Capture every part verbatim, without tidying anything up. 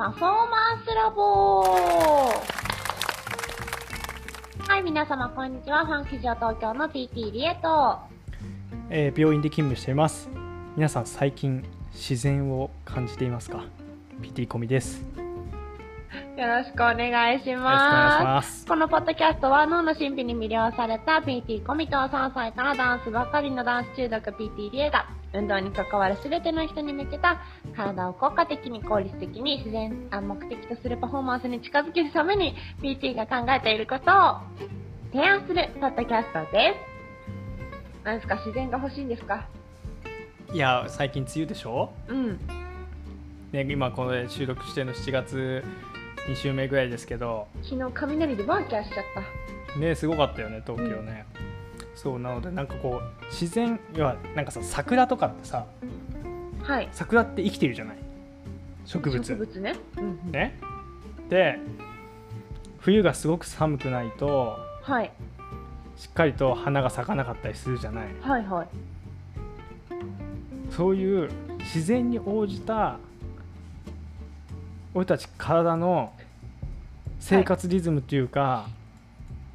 パフォーマンスラボ。はい、皆様こんにちは。ファンキジョ東京の ピーティー リエと、 えー、病院で勤務しています。皆さん最近自然を感じていますか？ ピーティー コミです。 よろしくお願いします。 よろしくお願いします。 このポッドキャストは脳の神秘に魅了された ピーティー コミとさんさいからダンスばっかりのダンス中毒 ピーティー リエが運動に関わるすべての人に向けた体を効果的に効率的に自然を目的とするパフォーマンスに近づけるために ピーティー が考えていることを提案するポッドキャストです。何ですか、自然が欲しいんですか？ いや、最近梅雨でしょ。 うん、 ね、今この収録してのしちがつに週目ぐらいですけど、 昨日雷でバーキャーしちゃったね、すごかったよね東京ね、うん、そうなのでなんかこう自然要はなんかさ、桜とかってさ、 はい、 桜って生きてるじゃない、植物植物ね、うんうん、 ね。で冬がすごく寒くないと、 はい、 しっかりと花が咲かなかったりするじゃない。 はいはい。 そういう自然に応じた俺たち体の生活リズムというか、はい、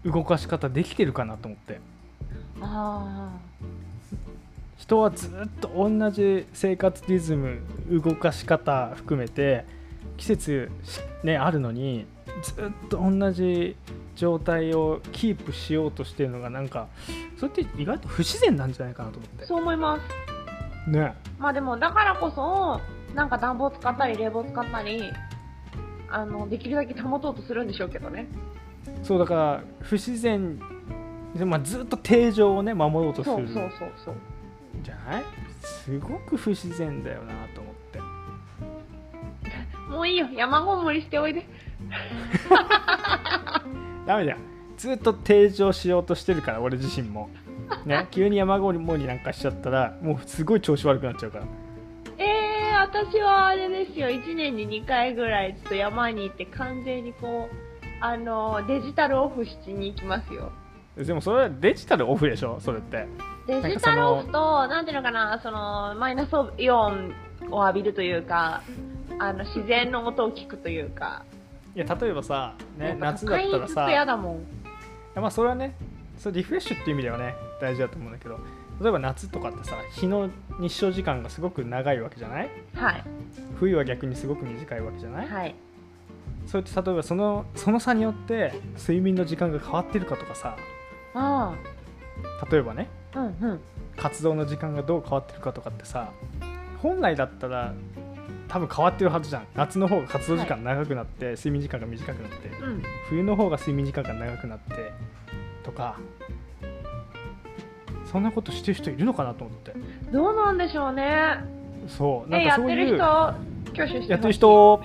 動かし方できてるかなと思って。あ、人はずっと同じ生活リズム、動かし方含めて季節、ね、あるのにずっと同じ状態をキープしようとしてるのがなんかそれって意外と不自然なんじゃないかなと思って。 そう思いますね。 まあでもだからこそなんか暖房使ったり冷房使ったりあのできるだけ保とうとするんでしょうけどね。 そうだから不自然で、まあ、ずっと定常をね守ろうとする。 そうそうそうそうじゃない？すごく不自然だよなと思って。 もういいよ、山ごもりしておいで。 ダメだよ、ずっと定常しようとしてるから俺自身もね。急に山ごもりなんかしちゃったらもうすごい調子悪くなっちゃうから。 えー、私はあれですよ、いちねんににかいぐらいちょっと山に行って完全にこうあのデジタルオフしに行きますよ。 でもそれはデジタルオフでしょ、それって。 デジタルオフとなんていうのかな、そのマイナスイオンを浴びるというか、あの自然の音を聞くというか。 いや例えばさ、ね、夏だったらさ、 やだもん。いやまあそれはね、それリフレッシュっていう意味ではね大事だと思うんだけど、例えば夏とかってさ、日の日照時間がすごく長いわけじゃない？ はい。冬は逆にすごく短いわけじゃない？ はい。 そうやって例えばそのその差によって睡眠の時間が変わってるかとかさ、 ああ、例えばね、 うんうん、 活動の時間がどう変わってるかとかってさ、本来だったら多分変わってるはずじゃん。夏の方が活動時間長くなって、はい、睡眠時間が短くなって、うん、冬の方が睡眠時間が長くなってとか、そんなことしてる人いるのかなと思って。 どうなんでしょうね。 そう、なんかそういうやってる人、挙手してやってる人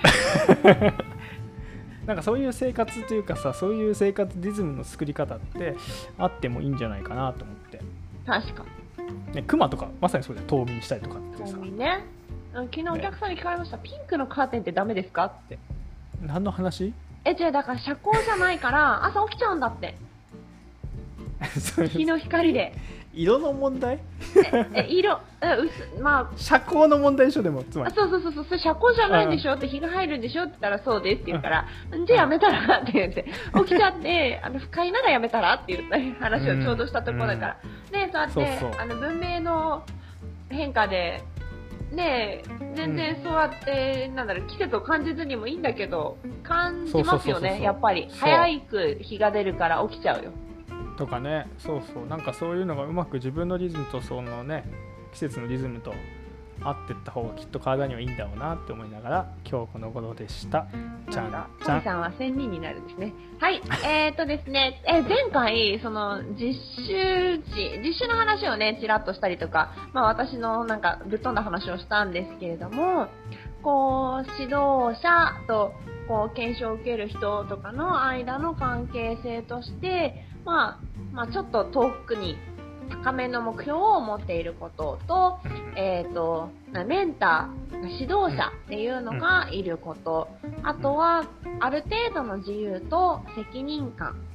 なんかそういう生活というかさ、そういう生活リズムの作り方ってあってもいいんじゃないかなと思って。 確かに、ね、クマとかまさにそうだよ、冬眠したりとかってさ。 冬眠ね。昨日お客さんに聞かれました、ね、ピンクのカーテンってダメですかって。 何の話？ え、違う、だから遮光じゃないから朝起きちゃうんだって。日の光で。 色の問題？ ええ色、え、薄、まあ遮光の問題でしょ。でもつまり、 あ、そうそうそうそう、それ遮光じゃないでしょって、日が入るんでしょって言ったらそうですって言うから、じゃあやめたらって言って起きちゃってあの不快ならやめたらって言った話をちょうどしたところだから、うん、でそうやって、そうそう、あの文明の変化でね、全然そうやって、うん、なんだろう、季節を感じずにもいいんだけど感じますよね。やっぱり早く日が出るから起きちゃうよとかね。そうそう、なんかそういうのがうまく自分のリズムとそのね、季節のリズムと合っていった方がきっと体にはいいんだろうなって思いながら今日この頃でした。 ちゃんちゃんさんは仙人になるんですね。はい、えーとですね、え前回その実習時実習の話をねちらっとしたりとか、まあ私のなんかぶっ飛んだ話をしたんですけれども、こう指導者とこう検証を受ける人とかの間の関係性として、まあ、まあちょっと遠くに高めの目標を持っていることと、えーと、メンター、指導者っていうのがいること、あとはある程度の自由と責任感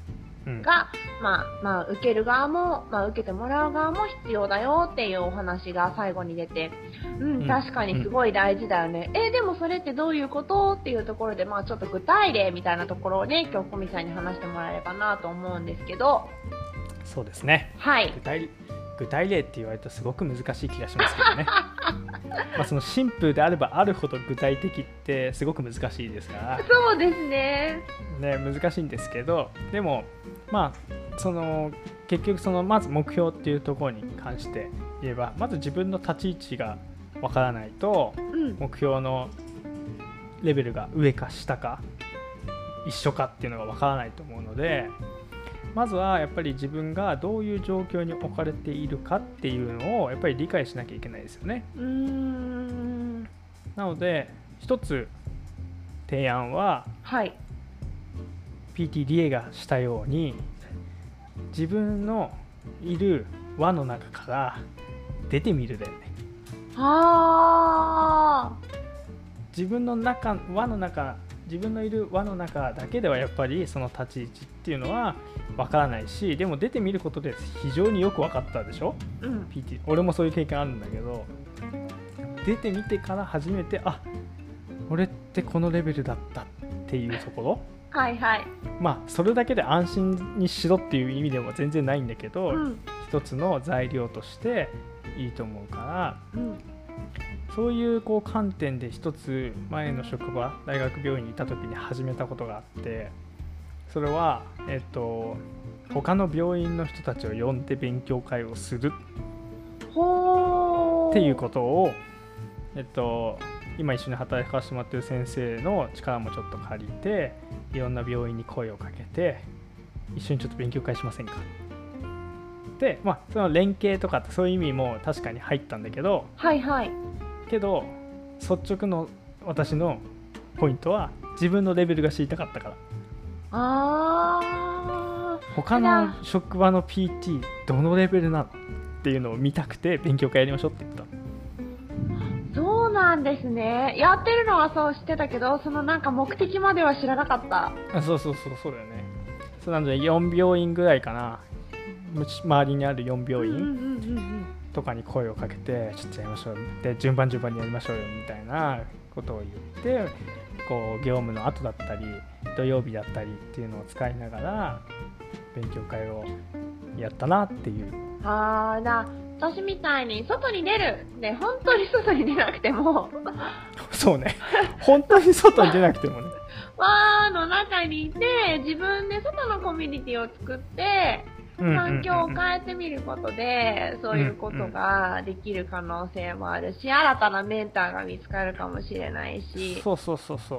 うん、 が、まあ、まあ、受ける側も、まあ、受けてもらう側も必要だよっていうお話が最後に出て、うん、確かにすごい大事だよね。うん、え、でもそれってどういうことっていうところで、まあ、ちょっと具体例みたいなところをね、今日、小見さんに話してもらえればなと思うんですけど。 そうですね。 はい。 具体、具体例って言われるとすごく難しい気がしますけどね。まあそのシンプルであればあるほど具体的ってすごく難しいですから。 そうですね。 ね、難しいんですけど、でもまあその結局そのまず目標っていうところに関して言えば、まず自分の立ち位置がわからないと、うん、目標のレベルが上か下か一緒かっていうのがわからないと思うので、まずはやっぱり自分がどういう状況に置かれているかっていうのをやっぱり理解しなきゃいけないですよね。 うーん、 なので一つ提案は、 はい、 ピーティーディーエー がしたように自分のいる輪の中から出てみるだよね。 あー、 自分の中輪の中自分のいる輪の中だけではやっぱりその立ち位置っていうのはわからないし、でも出てみることで非常によく分かったでしょ、 うん、 ピーティー 俺もそういう経験あるんだけど、出てみてから初めてあ俺ってこのレベルだったっていうところはいはい、 まあそれだけで安心にしろっていう意味では全然ないんだけど、うん、一つの材料としていいと思うから、うん、そういうこう観点で一つ前の職場大学病院にいた時に始めたことがあって、それはえっと他の病院の人たちを呼んで勉強会をするっていうことをえっと今一緒に働かせてもらってる先生の力もちょっと借りて、いろんな病院に声をかけて一緒にちょっと勉強会しませんかで、まあその連携とかってそういう意味も確かに入ったんだけど、 はいはい、 けど率直の私のポイントは自分のレベルが知りたかったから。 あー、 他の職場の ピーティー どのレベルなのっていうのを見たくて勉強会やりましょうって言った。 そうなんですね。やってるのはそう知ってたけど、そのなんか目的までは知らなかった。 あ、そうそうそうそうだよね。そうなのでよん病院ぐらいかな、周りにあるよん病院とかに声をかけてちょっとやりましょうで、順番順番にやりましょうよみたいなことを言って、こう業務の後だったり土曜日だったりっていうのを使いながら勉強会をやったなっていう。 あーな、私みたいに外に出る、ね、本当に外に出なくてもそうね、本当に外に出なくてもね輪の中にいて自分で外のコミュニティを作って環境を変えてみることで、そういうことができる可能性もあるし、新たなメンターが見つかるかもしれないし。 そうそうそうそう。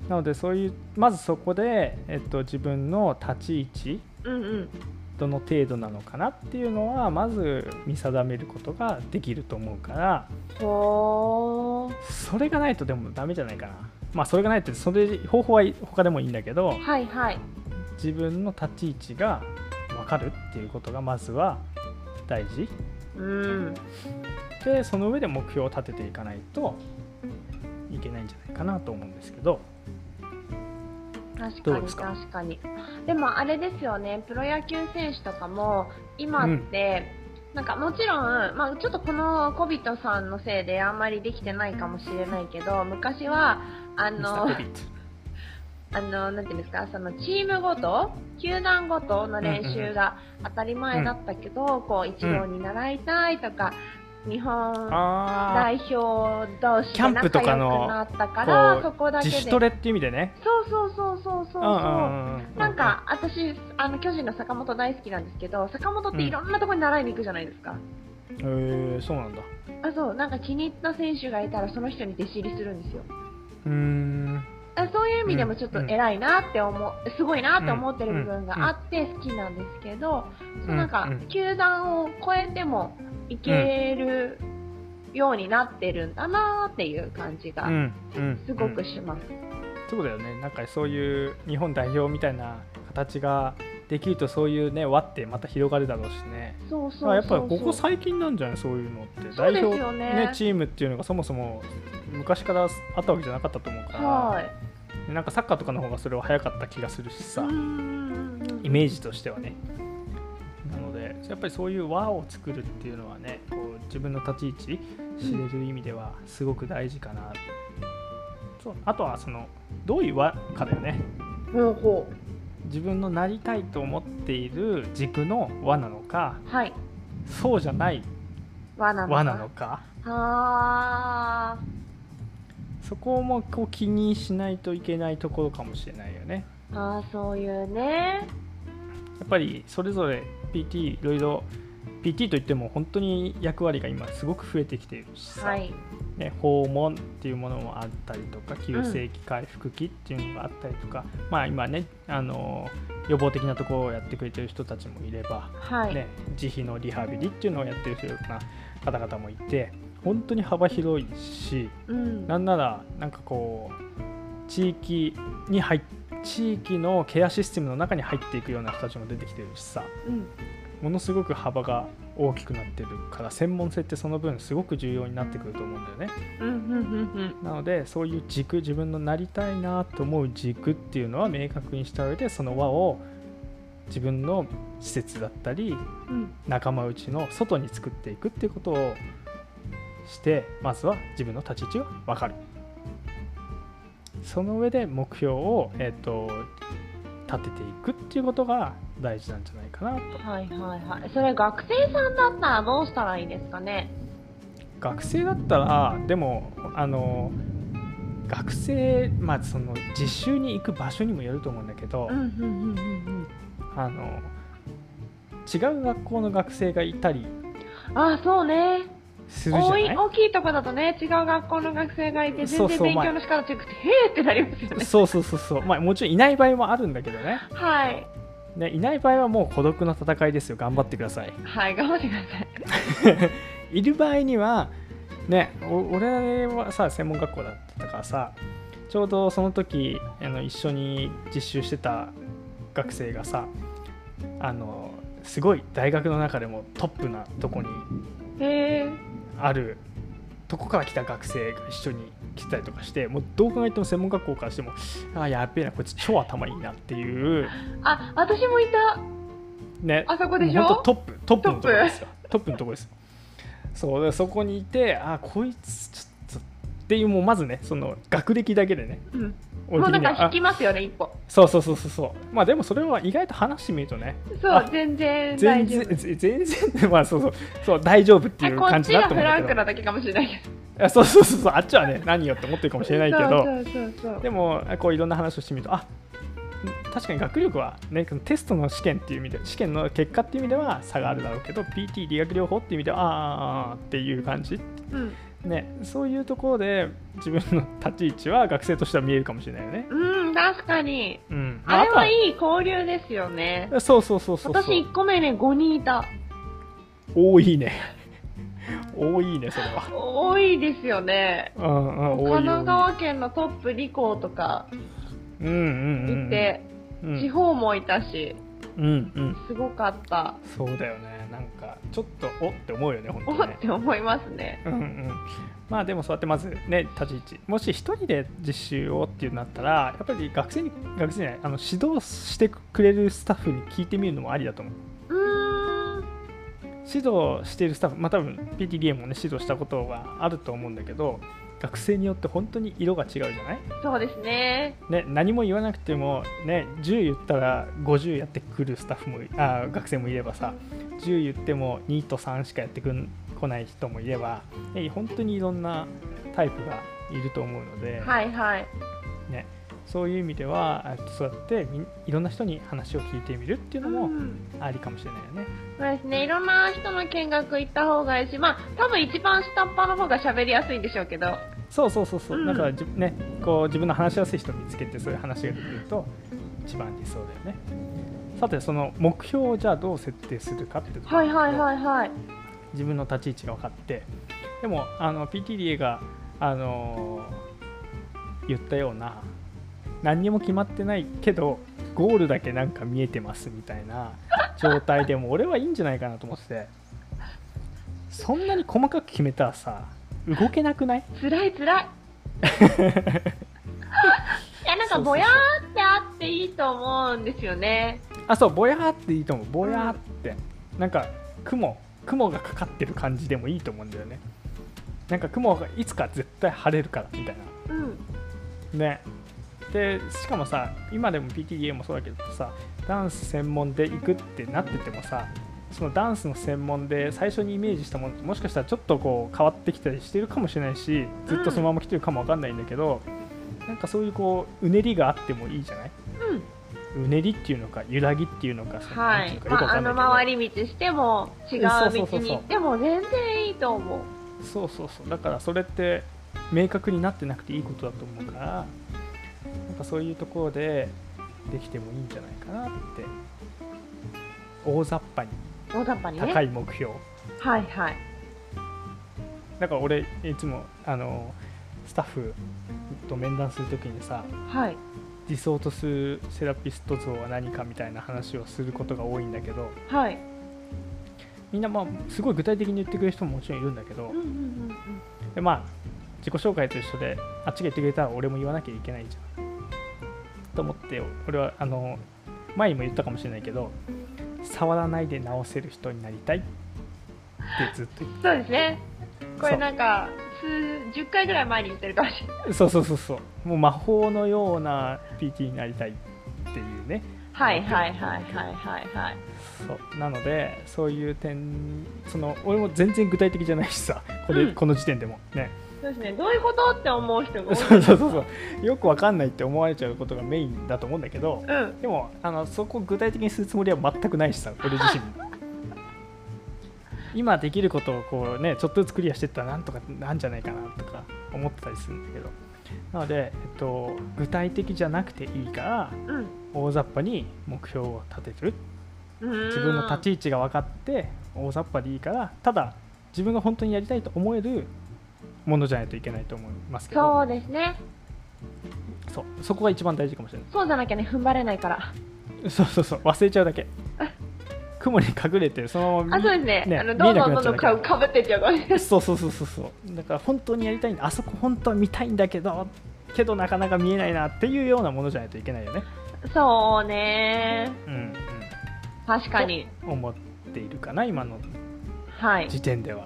なのでそういうまずそこで、えっと、自分の立ち位置、 うんうん、 どの程度なのかなっていうのはまず見定めることができると思うから、 ほー、それがないとでもダメじゃないかな。まあそれがないとそれ方法は他でもいいんだけど、 はいはい、 自分の立ち位置が分かるっていうことがまずは大事、 うん、 でその上で目標を立てていかないといけないんじゃないかなと思うんですけど。 確かに確かに。でもあれですよね、プロ野球選手とかも今って、うん、なんかもちろん、まあ、ちょっとこのコビットさんのせいであんまりできてないかもしれないけど、昔はあのあのなんていうんですか、そのチームごと球団ごとの練習が当たり前だったけど、うんうん、こう一郎に習いたいとか、うん、日本代表同士で仲良くなったから、そこだけで自主トレっていう意味でね。 そうそうそうそうそうそう。なんか私あの巨人の坂本大好きなんですけど、坂本っていろんなところに習いに行くじゃないですか。 へ、うん、えー、そうなんだ。 あ、そう、なんか気に入った選手がいたらその人に弟子入りするんですよ。 うーん、 そういう意味でもちょっと偉いなって思う、うん、すごいなって思ってる部分があって好きなんですけど、うん、そのなんか球団を超えてもいけるようになってるんだなっていう感じがすごくします。 そうだよね。なんかそういう日本代表みたいな形ができると、そういうね輪ってまた広がるだろうしね。 そうそうそうそう。 やっぱりここ最近なんじゃない、そういうのって。 そうですよね。 代表ね、チームっていうのがそもそも昔からあったわけじゃなかったと思うから、 はい、 なんかサッカーとかの方がそれは早かった気がするしさ。 うんうんうん、 イメージとしてはね。なのでやっぱりそういう輪を作るっていうのはね、こう自分の立ち位置知れる意味ではすごく大事かな、うん、そうあとはそのどういう輪かだよね。 ほうほう。 自分のなりたいと思っている軸の輪なのか、 はい、 そうじゃない輪なのか、 輪なのか、 あそこもこう気にしないといけないところかもしれないよね。 あ、そういうね。 やっぱりそれぞれ ピーティー いろいろ ピーティー といっても本当に役割が今すごく増えてきているしさ、 はいね、訪問っていうものもあったりとか急性期回復期っていうのがあったりとか、うん、まあ今ねあの予防的なところをやってくれてる人たちもいれば、 はいね、自費のリハビリっていうのをやってるような方々もいて本当に幅広いし、 うん、 なんならなんかこう地域に入地域のケアシステムの中に入っていくような人たちも出てきてるしさ、 うん、 ものすごく幅が大きくなってるから専門性ってその分すごく重要になってくると思うんだよね、 うんうんうんうん、 なのでそういう軸、自分のなりたいなと思う軸っていうのは明確にした上でその輪を自分の施設だったり、うん、仲間内の外に作っていくっていうことをしてまずは自分の立ち位置が分かる。その上で目標を、えーと、立てていくっていうことが大事なんじゃないかなと。 はいはいはい。それ学生さんだったらどうしたらいいですかね。 学生だったらでもあの学生まあその実習に行く場所にもよると思うんだけど、あの違う学校の学生がいたりああそうねするじゃない。 大きいとこだとね違う学校の学生がいて全然勉強の仕方違くてへーってなりますよね。 そうそうそうそう、まあ、もちろんいない場合もあるんだけどね。 はいね、いない場合はもう孤独の戦いですよ。頑張ってください。 はい頑張ってくださいいる場合にはね、俺はさ専門学校だったからさ、ちょうどその時あの一緒に実習してた学生がさ、あのすごい大学の中でもトップなとこにあるとこから来た学生が一緒に来たりとかして、もうどう考えても専門学校からしてもあやっべえなこいつ超頭いいなっていう。あ私もいたね、 あそこでしょ。 本当トップトップのところですよ。トップのところですよ。そうでそこにいてあこいつちょっとっていうもうまずねその学歴だけでね、 うん、もうなんか引きますよね一歩。 そうそうそうそうそうまあでもそれは意外と話してみるとねそう全然大丈夫全然全然まあそうそうそう大丈夫っていう感じだと思うんだけど、こっちがフランクなだけかもしれないけど、 あそうそうそうそうあっちはね何よって思ってるかもしれないけどそうそうそうそうでもこういろんな話をしてみるとあ確かに学力は、ね、テストの試験っていう意味で試験の結果っていう意味では差があるだろうけど ピーティー 理学療法っていう意味ではああっていう感じ、うんね、そういうところで自分の立ち位置は学生としては見えるかもしれないよね。 うん確かに、 うんまあ、あれはいい交流ですよね。 そうそうそうそうそう私いっこめねごにんいた。 多いね多いねそれは多いですよね、 うんうん、 神奈川県のトップ理工とかうんうんうん、 いて、うん、地方もいたし、 うんうん、 すごかった。 そうだよね。なんかちょっとおって思うよね本当にね。 おって思いますね。 うんうん。まあでもそうやってまずね立ち位置もし一人で実習をっていうなったらやっぱり学生に学生じゃないあの指導してくれるスタッフに聞いてみるのもありだと思う。 うーん指導しているスタッフまあ多分 ピーティーディーエー もね指導したことはあると思うんだけど。学生によって本当に色が違うじゃない。 そうですね。 ね何も言わなくても、ね、じゅう言ったらごじゅうやってくるスタッフもあ学生もいればさじゅう言ってもにとさんしかやってく来ない人もいれば、ね、本当にいろんなタイプがいると思うので、 はいはいね、そういう意味ではそうやっていろんな人に話を聞いてみるっていうのもありかもしれないよね。 そうですね。いろんな人の見学行った方がいいし、まあ多分一番下っ端の方が喋りやすいんでしょうけど。 そうそうそうそう、うん、だからねこう自分の話しやすい人を見つけてそういう話ができると一番理想だよね。さてその目標をじゃあどう設定するかっていうところ、 はいはいはいはい、 自分の立ち位置が分かってでもあの ピーティーディーエー があのー、言ったような何にも決まってないけどゴールだけなんか見えてますみたいな状態でも俺はいいんじゃないかなと思っててそんなに細かく決めたらさ動けなくない？ つらいつらいいやなんかぼやーってあっていいと思うんですよね。 あ、そう、ぼやーっていいと思う。ぼやーって、うん、なんか雲雲がかかってる感じでもいいと思うんだよね。なんか雲がいつか絶対晴れるからみたいな、うん、ね。でしかもさ、今でも ピーティーディーエー もそうだけどさ、ダンス専門で行くってなっててもさ、そのダンスの専門で最初にイメージしたものってもしかしたらちょっとこう変わってきたりしてるかもしれないし、ずっとそのまま来てるかも分かんないんだけど、うん、なんかそういうこううねりがあってもいいじゃない、うん、うねりっていうのか揺らぎっていうのか、 はい、まあ、あの回り道しても違う道に行っても全然いいと思う。 そうそうそう、だからそれって明確になってなくていいことだと思うから、なんかそういうところでできてもいいんじゃないかなって。大雑把に大雑把に、ね、 高い目標、 はいはい。 だから俺いつもあのスタッフと面談するときにさ、 はい、 理想とするセラピスト像は何かみたいな話をすることが多いんだけど、 はい、 みんなまあすごい具体的に言ってくれる人ももちろんいるんだけど、うんうんうんうん、でまあ自己紹介と一緒であっちが言ってくれたら俺も言わなきゃいけないじゃんと思って、俺はあの前にも言ったかもしれないけど、触らないで直せる人になりたいってずっと言って。 そうですね、これなんか数十回ぐらい前に言ってるかもしれない。 そうそうそうそう、もう魔法のような ピーティー になりたいっていうね。 はいはいはいはいはいはい。 そうなので、そういう点、その俺も全然具体的じゃないしさ、これ、うん、この時点でもね。 そうですね、どういうことって思う人が多い。 そうそうそうそう、よくわかんないって思われちゃうことがメインだと思うんだけど、 うん、 でもあのそこを具体的にするつもりは全くないしさ、俺自身も今できることをこうね、ちょっとずつクリアしていったらなんとかなんじゃないかなとか思ってたりするんだけど、なので、えっと、具体的じゃなくていいから、うん、大雑把に目標を立てる、自分の立ち位置が分かって大雑把でいいから、ただ自分が本当にやりたいと思えるものじゃないといけないと思いますけど。 そうですね、 そう、そこが一番大事かもしれない。 そうじゃなきゃね、踏ん張れないから。 そうそうそう、忘れちゃうだけ雲に隠れてそのまま、 あ、そうですね、ね、あのどんどんどんどんかぶってっちゃうかもしれない。 そうそうそうそうそう、だから本当にやりたいんだ、あそこ本当は見たいんだけどけどなかなか見えないなっていうようなものじゃないといけないよね。 そうね、うん、うん、確かに思っているかな、今の時点では。はい、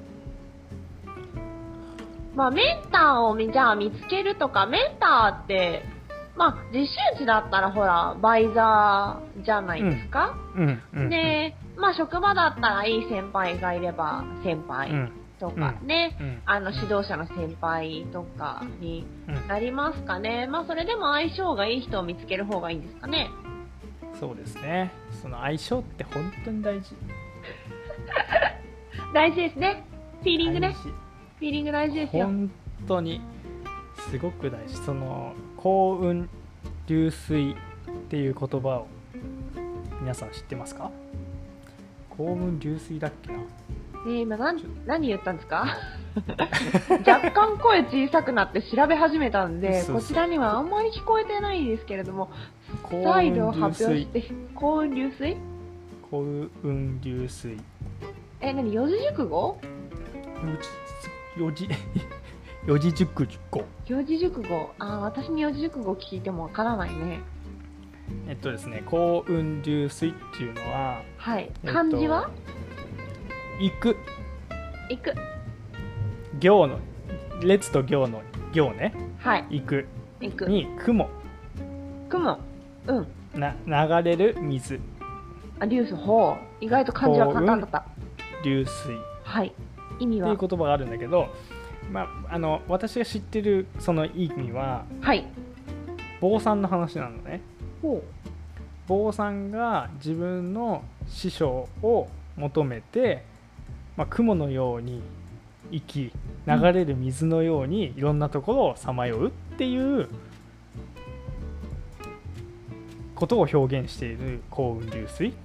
まあ、メンターをじゃあ見つけるとか、メンターって、まあ、実習地だったらほらバイザーじゃないですか、うんうんうん、で、まあ、職場だったらいい先輩がいれば先輩とかね、うんうん、あの指導者の先輩とかになりますかね、うん、まあ、それでも相性がいい人を見つける方がいいんですかね。 そうですね、その相性って本当に大事大事ですね、フィーリングね、フィーリング大事ですよ。 本当にすごく大事。その幸運流水っていう言葉を皆さん知ってますか？幸運流水だっけな。 えー、今何何言ったんですか？若干声小さくなって調べ始めたんで、そうそう、こちらにはあんまり聞こえてないですけれども、再度発表して。幸運流水？ 幸運流水。 え、何、四字熟語？ 四字四字熟語。 四字熟語。あ、私に四字熟語聞いてもわからないね。 えっとですね、幸運流水っていうのは、 はい。漢字は？ 行く。 行く。 行の列と行の行ね。 はい。 行く。 行く。 に雲。 雲。うん。 な流れる水。 あ、流水。ほう。意外と漢字は簡単だった。 流水。 はい。意味は？ っていう言葉があるんだけど、まあ、あの私が知ってるその意味は、 はい、 坊さんの話なのね。 ほう。 坊さんが自分の師匠を求めて、まあ、雲のように生き、流れる水のようにいろんなところをさまようっていうことを表現している幸運流水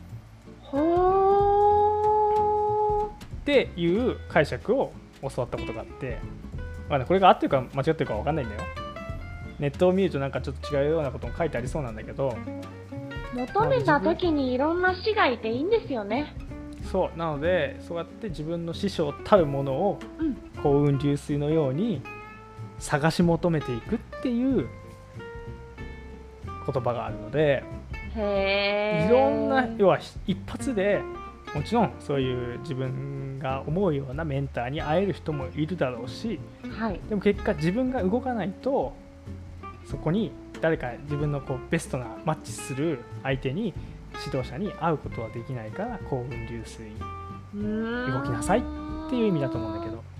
っていう解釈を教わったことがあって、まあ、これが合ってるか間違ってるか分かんないんだよ。ネットを見るとなんかちょっと違うようなことも書いてありそうなんだけど、 求めた時にいろんな師がいていいんですよね。 そうなので、そうやって自分の師匠たるものを幸運流水のように探し求めていくっていう言葉があるので、 へー。 いろんな、要は一発でもちろんそういう自分が思うようなメンターに会える人もいるだろうし、 はい、 でも結果自分が動かないとそこに誰か自分のこうベストなマッチする相手に指導者に会うことはできないから幸運流水動きなさいっていう意味だと思うんだけど、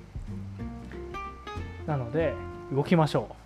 なので動きましょ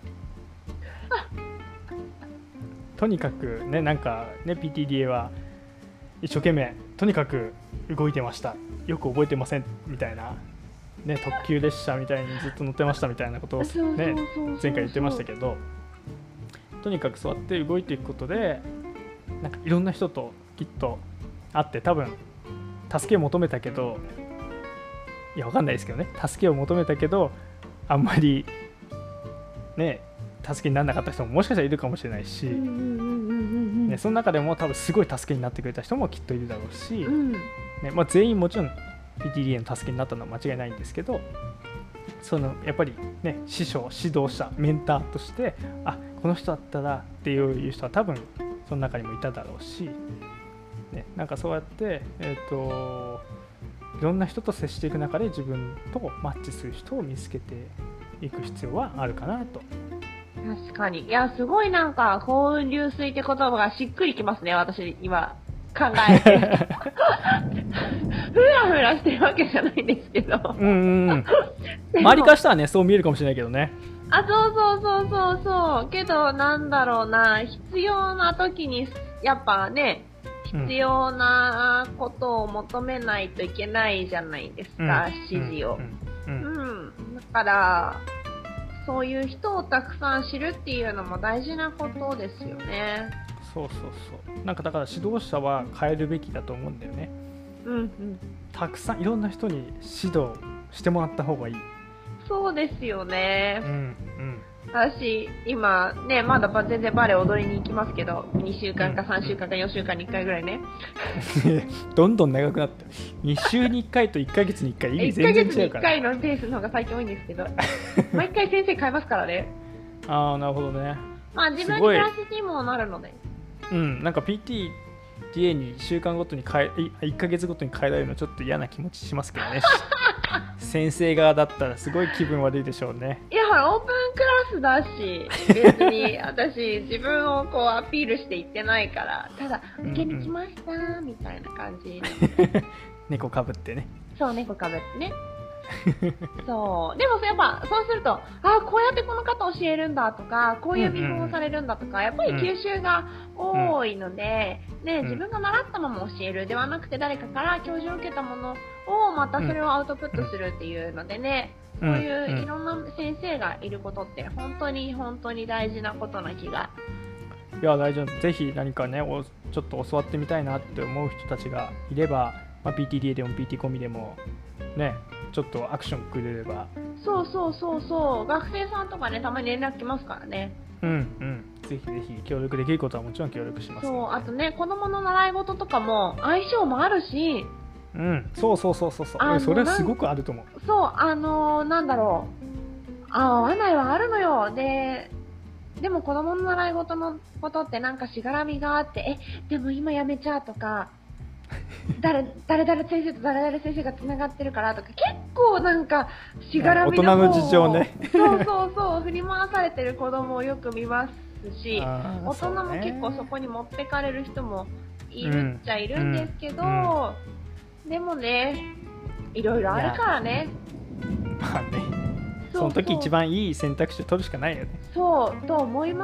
うとにかくね、なんかね ピーティーディーエー は一生懸命とにかく動いてました、よく覚えてませんみたいな、ね、特急列車みたいにずっと乗ってましたみたいなことを、ね、前回言ってましたけど、とにかくそうやって動いていくことでなんかいろんな人ときっと会って、多分助けを求めたけど、いやわかんないですけどね、助けを求めたけどあんまりね助けにならなかった人ももしかしたらいるかもしれないし、ね、その中でも多分すごい助けになってくれた人もきっといるだろうし、うんねまあ、全員もちろん ピーティーディーエー の助けになったのは間違いないんですけど、そのやっぱりね師匠指導者メンターとしてあこの人だったらっていう人は多分その中にもいただろうし、ね、なんかそうやって、えーと、いろんな人と接していく中で自分とマッチする人を見つけていく必要はあるかなと。 確かに。いや、すごいなんか、幸運流水って言葉がしっくりきますね、私、今、考えて。ふらふらしてるわけじゃないんですけど。 うんうんうん。周りからしたらね、そう見えるかもしれないけどね。 あ、そうそうそうそうそう。けど、なんだろうな、必要な時に、やっぱね、必要なことを求めないといけないじゃないですか、うん、指示を。うん。うんうん、だから、そういう人をたくさん知るっていうのも大事なことですよね。 そうそうそう。なんかだから指導者は変えるべきだと思うんだよね。 うんうん。 たくさんいろんな人に指導してもらった方がいい。 そうですよね。 うんうん。 私今ねまだ全然バレエ踊りに行きますけど、にしゅうかんかさんしゅうかんかよんしゅうかんにいっかいぐらいね。 どんどん長くなってにしゅうにいっかいといっかげつにいっかい意味全然違うから。 いっかげつにいっかいのペースの方が最近多いんですけど、毎回先生変えますからね。 ああなるほどね。 まあ自分にプラスにもなるので。 うん、なんか ピーティーディーエー にいっしゅうかんごとに変えいっかげつごとに変えられるのちょっと嫌な気持ちしますけどね。先生側だったらすごい気分悪いでしょうね。 いやほらオープンクラスだし、別に私自分をこうアピールして言ってないから、ただ受けに来ましたーみたいな感じ。 猫かぶってね。 そう猫かぶってね。そうでもやっぱそうすると、あこうやってこの方教えるんだとか、こういう見本をされるんだとか、やっぱり吸収が多いので、ね、自分が習ったまま教えるではなくて、誰かから教授を受けたものをまたそれをアウトプットするっていうのでね、そういういろんな先生がいることって本当に本当に大事なことな気が。 いや大丈夫。ぜひ何かねおちょっと教わってみたいなって思う人たちがいれば、まあ、ピーティーディーエー でも ピーティー コミでもねちょっとアクションくれれば。 そうそうそうそう、学生さんとかねたまに連絡来ますからね。 うんうんぜひぜひ協力できることはもちろん協力します。 そうあとね子供の習い事とかも相性もあるし。 うんそうそうそうそうそう、それはすごくあると思う。 そうあのー、なんだろう、あ合わないはあるのよ。ででも子供の習い事のことってなんかしがらみがあって、えでも今やめちゃうとか誰誰々先生と誰々先生がつながってるからとか、結構なんかしがらみの方を、 大人の事情ね。 そうそうそう振り回されてる子供をよく見ますし、大人も結構そこに持ってかれる人もいるっちゃいるんですけど、うんうんうん、でもねいろいろあるからね。 まあねその時一番いい選択肢を取るしかないよね。 そうと思います。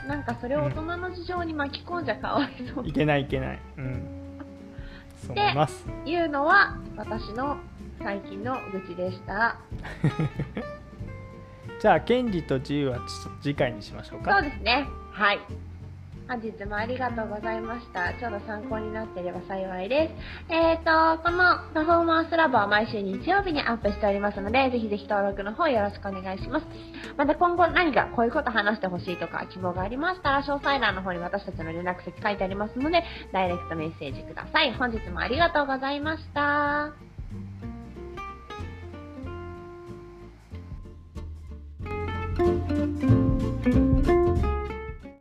なんかそれを大人の事情に巻き込んじゃかわいそう、 うん、いけないいけない、うんそう思います。 っていうのは私の最近の愚痴でした。 じゃあ権利と自由は次回にしましょうか。 そうですね。はい。本日もありがとうございました。ちょっと参考になっていれば幸いです。えーと、このパフォーマンスラボは毎週日曜日にアップしておりますので、ぜひぜひ登録の方よろしくお願いします。また今後何かこういうこと話してほしいとか希望がありましたら、詳細欄の方に私たちの連絡先書いてありますので、ダイレクトメッセージください。本日もありがとうございました。